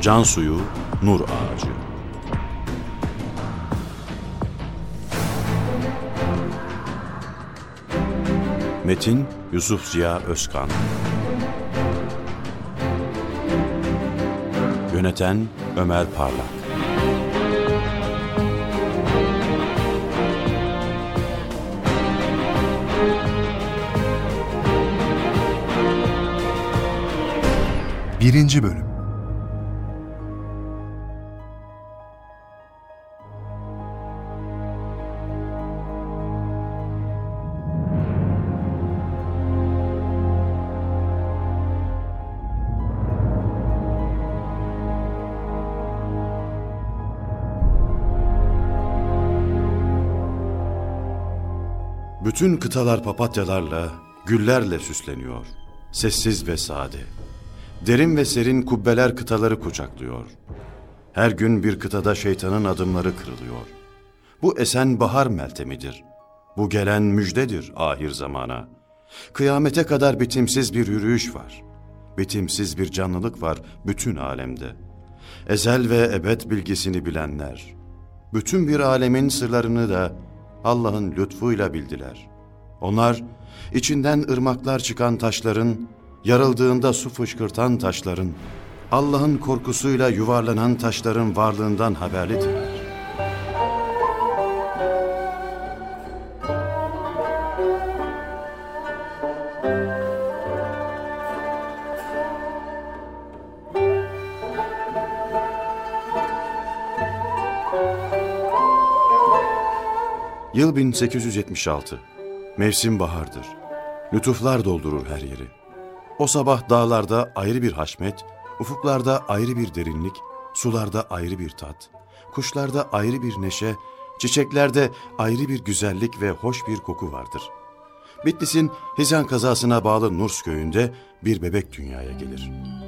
Can suyu, nur ağacı. Metin Yusuf Ziya Özkan. Yöneten Ömer Parlak. Birinci Bölüm. Bütün kıtalar papatyalarla, güllerle süsleniyor. Sessiz ve sade. Derin ve serin kubbeler kıtaları kucaklıyor. Her gün bir kıtada şeytanın adımları kırılıyor. Bu esen bahar meltemidir. Bu gelen müjdedir ahir zamana. Kıyamete kadar bitimsiz bir yürüyüş var. Bitimsiz bir canlılık var bütün alemde. Ezel ve ebed bilgisini bilenler, bütün bir alemin sırlarını da Allah'ın lütfuyla bildiler. Onlar, içinden ırmaklar çıkan taşların, yarıldığında su fışkırtan taşların, Allah'ın korkusuyla yuvarlanan taşların varlığından haberlidirler. Yıl 1876. Mevsim bahardır. Lütuflar doldurur her yeri. O sabah dağlarda ayrı bir haşmet, ufuklarda ayrı bir derinlik, sularda ayrı bir tat, kuşlarda ayrı bir neşe, çiçeklerde ayrı bir güzellik ve hoş bir koku vardır. Bitlis'in Hizan kazasına bağlı Nurs köyünde bir bebek dünyaya gelir.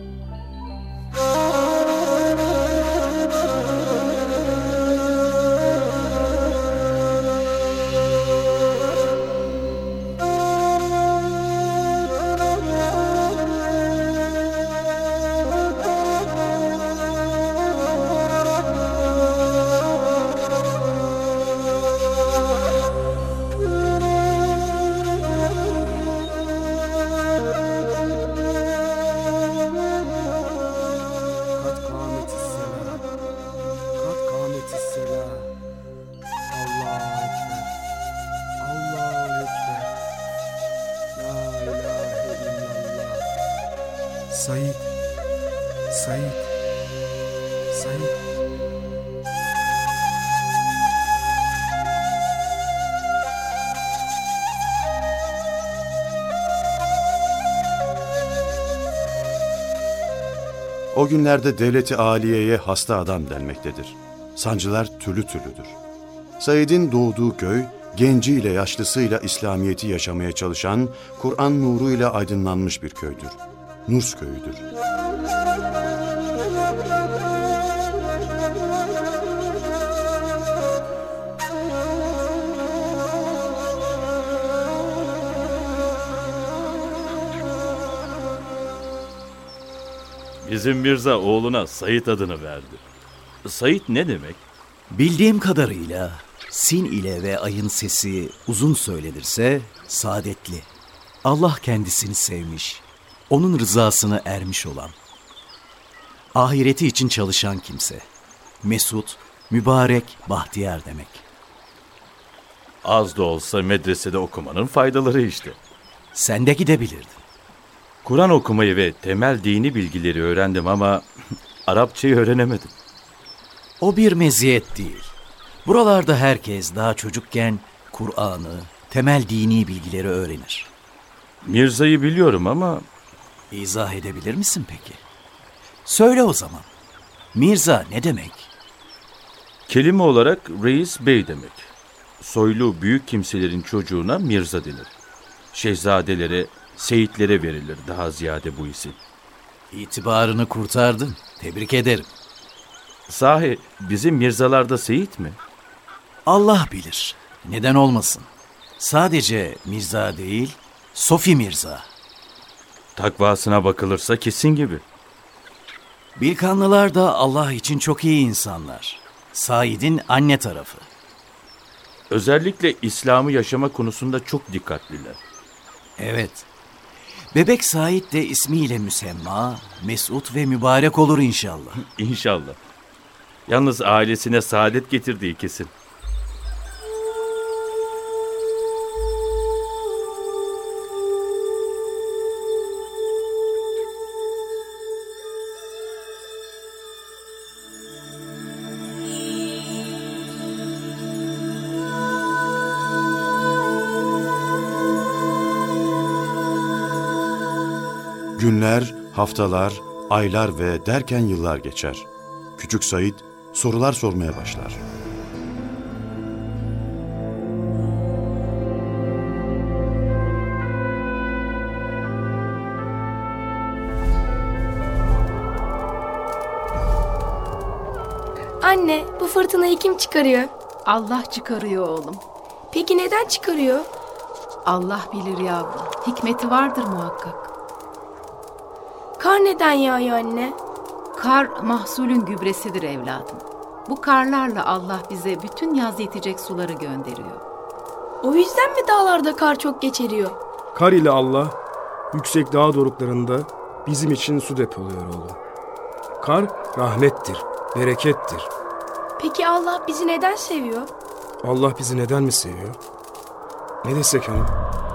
Said. O günlerde devleti aliyeye hasta adam denmektedir. Sancılar türlü türlüdür. Said'in doğduğu köy, genciyle yaşlısıyla İslamiyet'i yaşamaya çalışan, Kur'an nuruyla aydınlanmış bir köydür. Nurs köyüdür. Bizim Mirza oğluna Said adını verdi. Said ne demek? Bildiğim kadarıyla sin ile ve ayın sesi uzun söylenirse saadetli. Allah kendisini sevmiş, onun rızasını ermiş olan. Ahireti için çalışan kimse. Mesut, mübarek, bahtiyar demek. Az da olsa medresede okumanın faydaları işte. Sen de gidebilirdin. Kur'an okumayı ve temel dini bilgileri öğrendim ama Arapçayı öğrenemedim. O bir meziyet değil. Buralarda herkes daha çocukken Kur'an'ı, temel dini bilgileri öğrenir. Mirza'yı biliyorum ama... İzah edebilir misin peki? Söyle o zaman. Mirza ne demek? Kelime olarak reis bey demek. Soylu büyük kimselerin çocuğuna Mirza denir. Şehzadelere, seyitlere verilir daha ziyade bu isim. İtibarını kurtardın. Tebrik ederim. Sahi bizim Mirzalarda seyit mi? Allah bilir. Neden olmasın? Sadece Mirza değil, Sofi Mirza. Takvasına bakılırsa kesin gibi. Bilkanlılar da Allah için çok iyi insanlar. Said'in anne tarafı. Özellikle İslam'ı yaşama konusunda çok dikkatliler. Evet. Bebek Said de ismiyle müsemma, mesut ve mübarek olur inşallah. İnşallah. Yalnız ailesine saadet getirdiği kesin. Günler, haftalar, aylar ve derken yıllar geçer. Küçük Said sorular sormaya başlar. Anne, bu fırtınayı kim çıkarıyor? Allah çıkarıyor oğlum. Peki neden çıkarıyor? Allah bilir yavrum. Hikmeti vardır muhakkak. Kar neden yağıyor anne? Kar mahsulün gübresidir evladım. Bu karlarla Allah bize bütün yaz yetecek suları gönderiyor. O yüzden mi dağlarda kar çok geç eriyor? Kar ile Allah yüksek dağ doruklarında bizim için su depoluyor oğlum. Kar rahmettir, berekettir. Peki Allah bizi neden seviyor? Allah bizi neden mi seviyor? Ne desek hanım?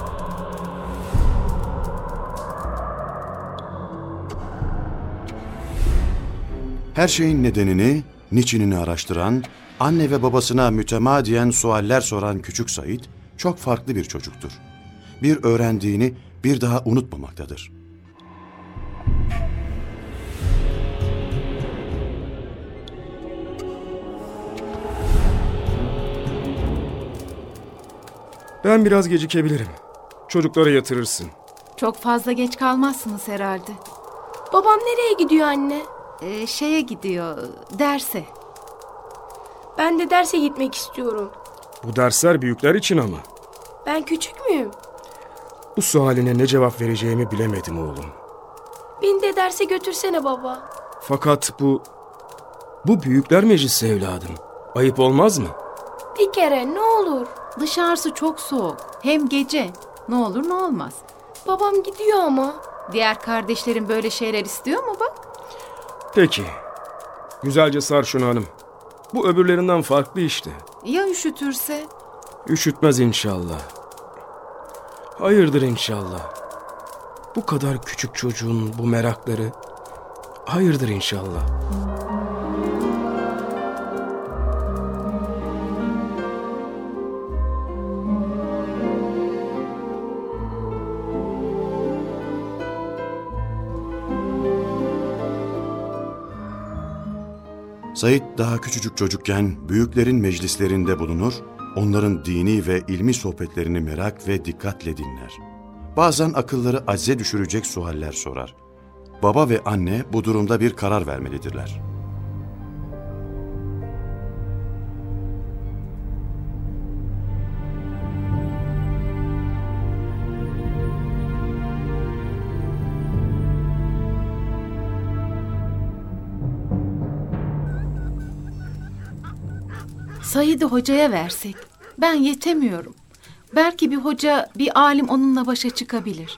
Her şeyin nedenini, niçinini araştıran, anne ve babasına mütemadiyen sualler soran küçük Said çok farklı bir çocuktur. Bir öğrendiğini bir daha unutmamaktadır. Ben biraz gecikebilirim. Çocuklara yatırırsın. Çok fazla geç kalmazsınız herhalde. Babam nereye gidiyor anne? Şeye gidiyor, derse. Ben de derse gitmek istiyorum. Bu dersler büyükler için ama. Ben küçük müyüm? Bu sualine ne cevap vereceğimi bilemedim oğlum. Beni de derse götürsene baba. Fakat bu büyükler meclisi evladım. Ayıp olmaz mı? Bir kere ne olur. Dışarısı çok soğuk. Hem gece. Ne olur ne olmaz. Babam gidiyor ama. Diğer kardeşlerin böyle şeyler istiyor mu bak? Peki. Güzelce sar şunu hanım. Bu öbürlerinden farklı işte. Ya üşütürse? Üşütmez inşallah. Hayırdır inşallah. Bu kadar küçük çocuğun bu merakları hayırdır inşallah. Said daha küçücük çocukken büyüklerin meclislerinde bulunur, onların dini ve ilmi sohbetlerini merak ve dikkatle dinler. Bazen akılları acze düşürecek sualler sorar. Baba ve anne bu durumda bir karar vermelidirler. Said'i hocaya versek. Ben yetemiyorum. Belki bir hoca, bir alim onunla başa çıkabilir.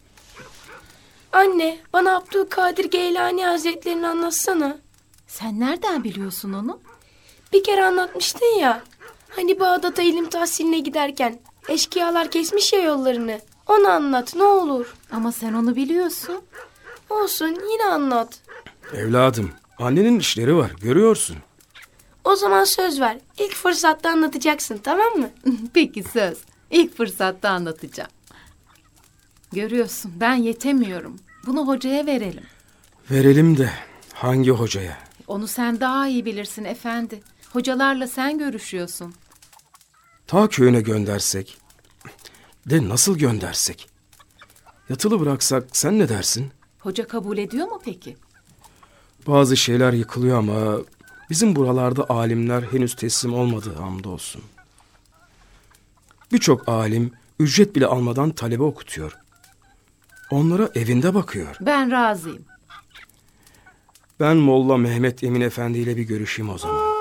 Anne, bana Abdülkadir Geylani Hazretlerini anlatsana. Sen nereden biliyorsun onu? Bir kere anlatmıştın ya. Hani Bağdat'a ilim tahsiline giderken eşkıyalar kesmiş ya yollarını. Onu anlat ne olur. Ama sen onu biliyorsun. Olsun yine anlat. Evladım, annenin işleri var, görüyorsun. O zaman söz ver. İlk fırsatta anlatacaksın, tamam mı? Peki söz. İlk fırsatta anlatacağım. Görüyorsun ben yetemiyorum. Bunu hocaya verelim. Verelim de hangi hocaya? Onu sen daha iyi bilirsin efendi. Hocalarla sen görüşüyorsun. Ta köyüne göndersek. De nasıl göndersek? Yatılı bıraksak sen ne dersin? Hoca kabul ediyor mu peki? Bazı şeyler yıkılıyor ama bizim buralarda alimler henüz teslim olmadı hamdolsun. Birçok alim ücret bile almadan talebe okutuyor. Onlara evinde bakıyor. Ben razıyım. Ben Molla Mehmet Emin Efendi ile bir görüşeyim o zaman.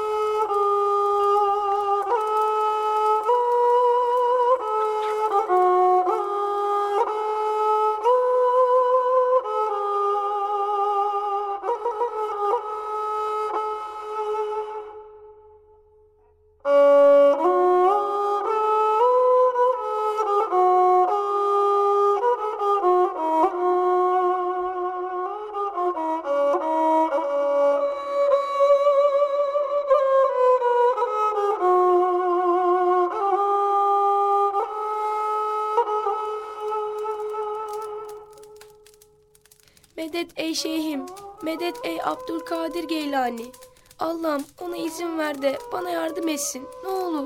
Medet ey şeyhim, medet ey Abdülkadir Geylani. Allah'ım ona izin ver de bana yardım etsin, ne olur.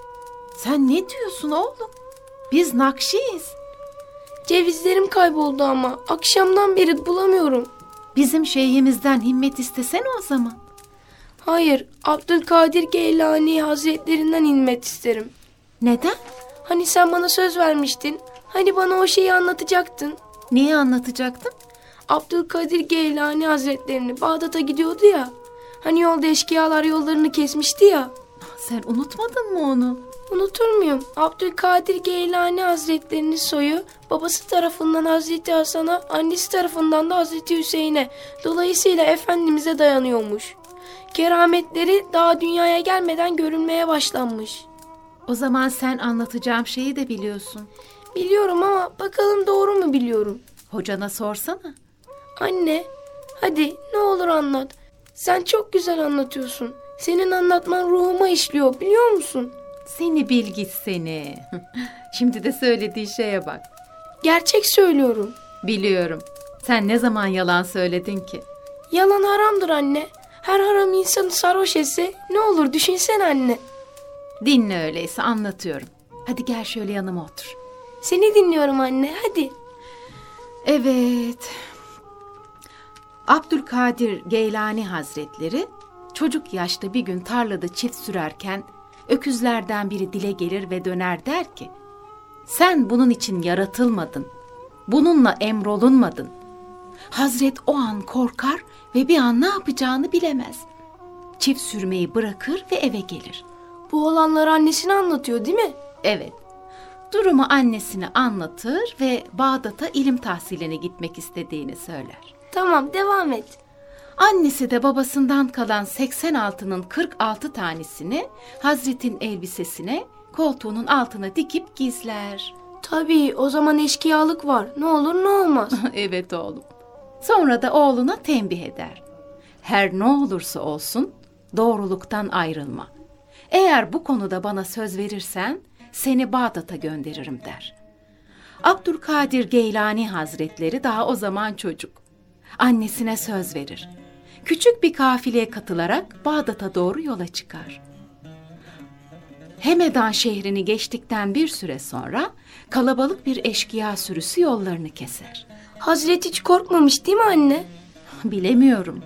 Sen ne diyorsun oğlum? Biz Nakşiyiz. Cevizlerim kayboldu ama akşamdan beri bulamıyorum. Bizim şeyhimizden himmet istesene o zaman. Hayır, Abdülkadir Geylani Hazretlerinden himmet isterim. Neden? Hani sen bana söz vermiştin, hani bana o şeyi anlatacaktın. Neyi anlatacaktın? Abdülkadir Geylani Hazretlerini Bağdat'a gidiyordu ya. Hani yolda eşkıyalar yollarını kesmişti ya. Sen unutmadın mı onu? Unutur muyum? Abdülkadir Geylani Hazretlerinin soyu babası tarafından Hazreti Hasan'a, annesi tarafından da Hazreti Hüseyin'e, dolayısıyla Efendimiz'e dayanıyormuş. Kerametleri daha dünyaya gelmeden görülmeye başlanmış. O zaman sen anlatacağım şeyi de biliyorsun. Biliyorum ama bakalım doğru mu biliyorum? Hocana sorsana. Anne, hadi ne olur anlat. Sen çok güzel anlatıyorsun. Senin anlatman ruhuma işliyor, biliyor musun? Seni bilgis seni. Şimdi de söylediği şeye bak. Gerçek söylüyorum. Biliyorum. Sen ne zaman yalan söyledin ki? Yalan haramdır anne. Her haram insanı sarhoş etse ne olur düşünsene anne. Dinle öyleyse anlatıyorum. Hadi gel şöyle yanıma otur. Seni dinliyorum anne, hadi. Evet. Abdülkadir Geylani Hazretleri çocuk yaşta bir gün tarlada çift sürerken öküzlerden biri dile gelir ve döner der ki: "Sen bunun için yaratılmadın. Bununla emrolunmadın." Hazret o an korkar ve bir an ne yapacağını bilemez. Çift sürmeyi bırakır ve eve gelir. Bu olanları annesine anlatıyor değil mi? Evet. Durumu annesine anlatır ve Bağdat'a ilim tahsiline gitmek istediğini söyler. Tamam, devam et. Annesi de babasından kalan 80 altının 46 tanesini Hazret'in elbisesine, koltuğunun altına dikip gizler. Tabii o zaman eşkıyalık var. Ne olur ne olmaz. Evet oğlum. Sonra da oğluna tembih eder. Her ne olursa olsun doğruluktan ayrılma. Eğer bu konuda bana söz verirsen seni Bağdat'a gönderirim der. Abdülkadir Geylani Hazretleri daha o zaman çocuk. Annesine söz verir. Küçük bir kafileye katılarak Bağdat'a doğru yola çıkar. Hemedan şehrini geçtikten bir süre sonra kalabalık bir eşkıya sürüsü yollarını keser. Hazret hiç korkmamış değil mi anne? Bilemiyorum.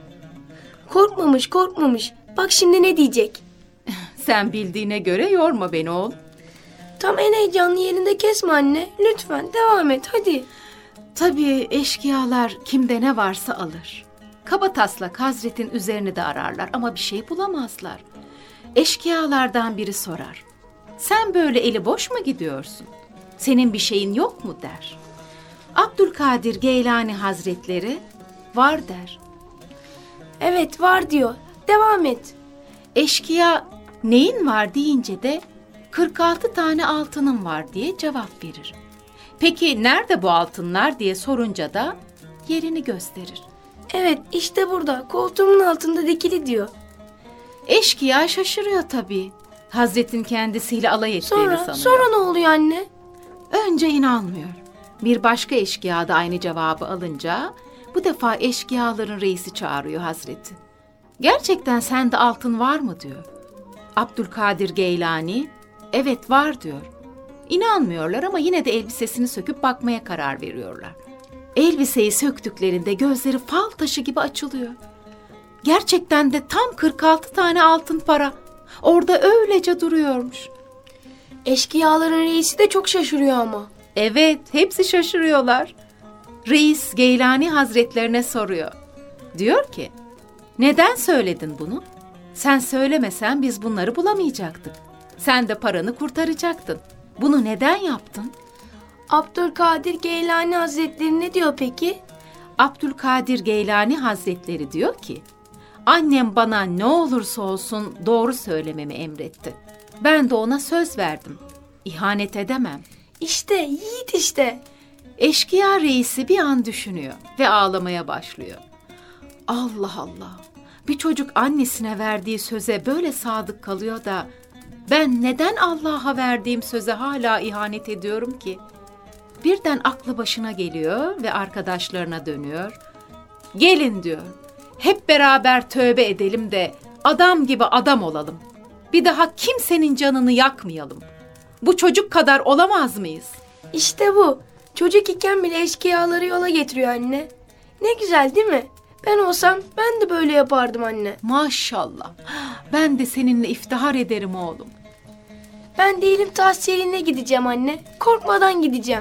Korkmamış. Bak şimdi ne diyecek? Sen bildiğine göre yorma beni oğlum. Tam en heyecanlı yerinde kesme anne. Lütfen devam et hadi. Tabii eşkıyalar kimde ne varsa alır. Kabataslak Hazret'in üzerini de ararlar ama bir şey bulamazlar. Eşkıyalardan biri sorar: "Sen böyle eli boş mu gidiyorsun? Senin bir şeyin yok mu?" der. Abdülkadir Geylani Hazretleri var der. Evet var diyor. Devam et. Eşkıya neyin var deyince de 46 tane altınım var diye cevap verir. Peki nerede bu altınlar diye sorunca da yerini gösterir. Evet işte burada koltuğumun altında dikili diyor. Eşkıya şaşırıyor tabii. Hazretin kendisiyle alay ettiğini sanıyor. Sonra ne oluyor anne? Önce inanmıyor. Bir başka eşkıya da aynı cevabı alınca bu defa eşkıyaların reisi çağırıyor Hazreti. "Gerçekten sende altın var mı?" diyor. Abdülkadir Geylani evet var diyor. İnanmıyorlar ama yine de elbisesini söküp bakmaya karar veriyorlar. Elbiseyi söktüklerinde gözleri fal taşı gibi açılıyor. Gerçekten de tam 46 tane altın para orada öylece duruyormuş. Eşkıyaların reisi de çok şaşırıyor ama. Evet, hepsi şaşırıyorlar. Reis Geylani Hazretlerine soruyor. Diyor ki: Neden söyledin bunu? Sen söylemesen biz bunları bulamayacaktık. Sen de paranı kurtaracaktın. Bunu neden yaptın? Abdülkadir Geylani Hazretleri ne diyor peki? Abdülkadir Geylani Hazretleri diyor ki, annem bana ne olursa olsun doğru söylememi emretti. Ben de ona söz verdim. İhanet edemem. İşte yiğit işte. Eşkıya reisi bir an düşünüyor ve ağlamaya başlıyor. Allah Allah, bir çocuk annesine verdiği söze böyle sadık kalıyor da ben neden Allah'a verdiğim söze hala ihanet ediyorum ki? Birden aklı başına geliyor ve arkadaşlarına dönüyor. Gelin diyor, hep beraber tövbe edelim de adam gibi adam olalım. Bir daha kimsenin canını yakmayalım. Bu çocuk kadar olamaz mıyız? İşte bu. Çocuk iken bile eşkıyaları yola getiriyor anne. Ne güzel değil mi? Ben olsam ben de böyle yapardım anne. Maşallah. Ben de seninle iftihar ederim oğlum. Ben de ilim tahsiline gideceğim anne. Korkmadan gideceğim.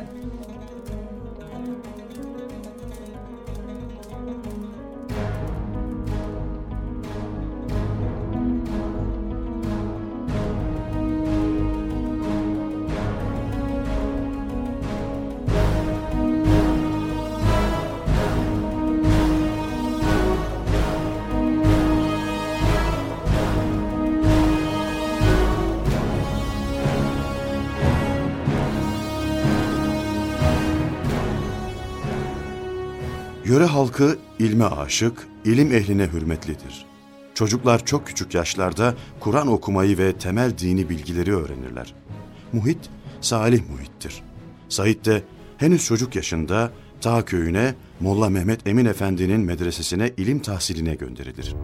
Yöre halkı ilme aşık, ilim ehline hürmetlidir. Çocuklar çok küçük yaşlarda Kur'an okumayı ve temel dini bilgileri öğrenirler. Muhit, salih muhittir. Said de henüz çocuk yaşında Ta köyüne Molla Mehmet Emin Efendi'nin medresesine ilim tahsiline gönderilir.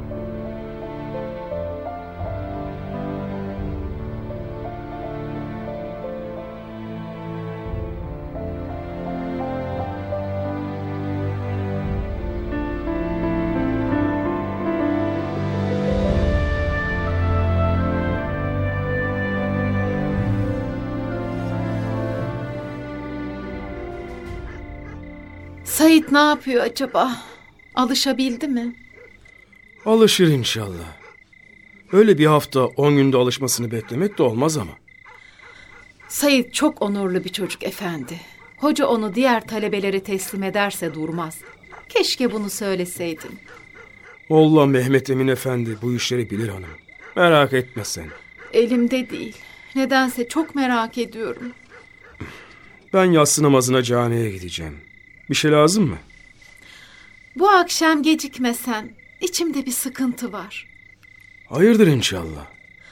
Said ne yapıyor acaba? Alışabildi mi? Alışır inşallah. Öyle bir hafta 10 günde alışmasını beklemek de olmaz ama. Said çok onurlu bir çocuk efendi. Hoca onu diğer talebelere teslim ederse durmaz. Keşke bunu söyleseydin. Molla Mehmet Emin Efendi bu işleri bilir hanım. Merak etme sen. Elimde değil. Nedense çok merak ediyorum. Ben yatsı namazına camiye gideceğim. Bir şey lazım mı? Bu akşam gecikmesen, içimde bir sıkıntı var. Hayırdır inşallah.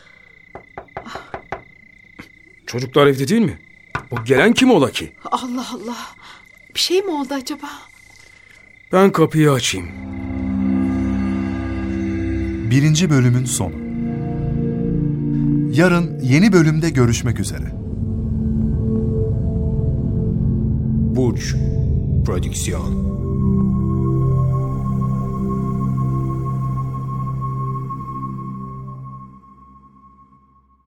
Çocuklar evde değil mi? Bu gelen kim ola ki? Allah Allah. Bir şey mi oldu acaba? Ben kapıyı açayım. 1. bölümün sonu. Yarın yeni bölümde görüşmek üzere. Burç Prodüksiyon.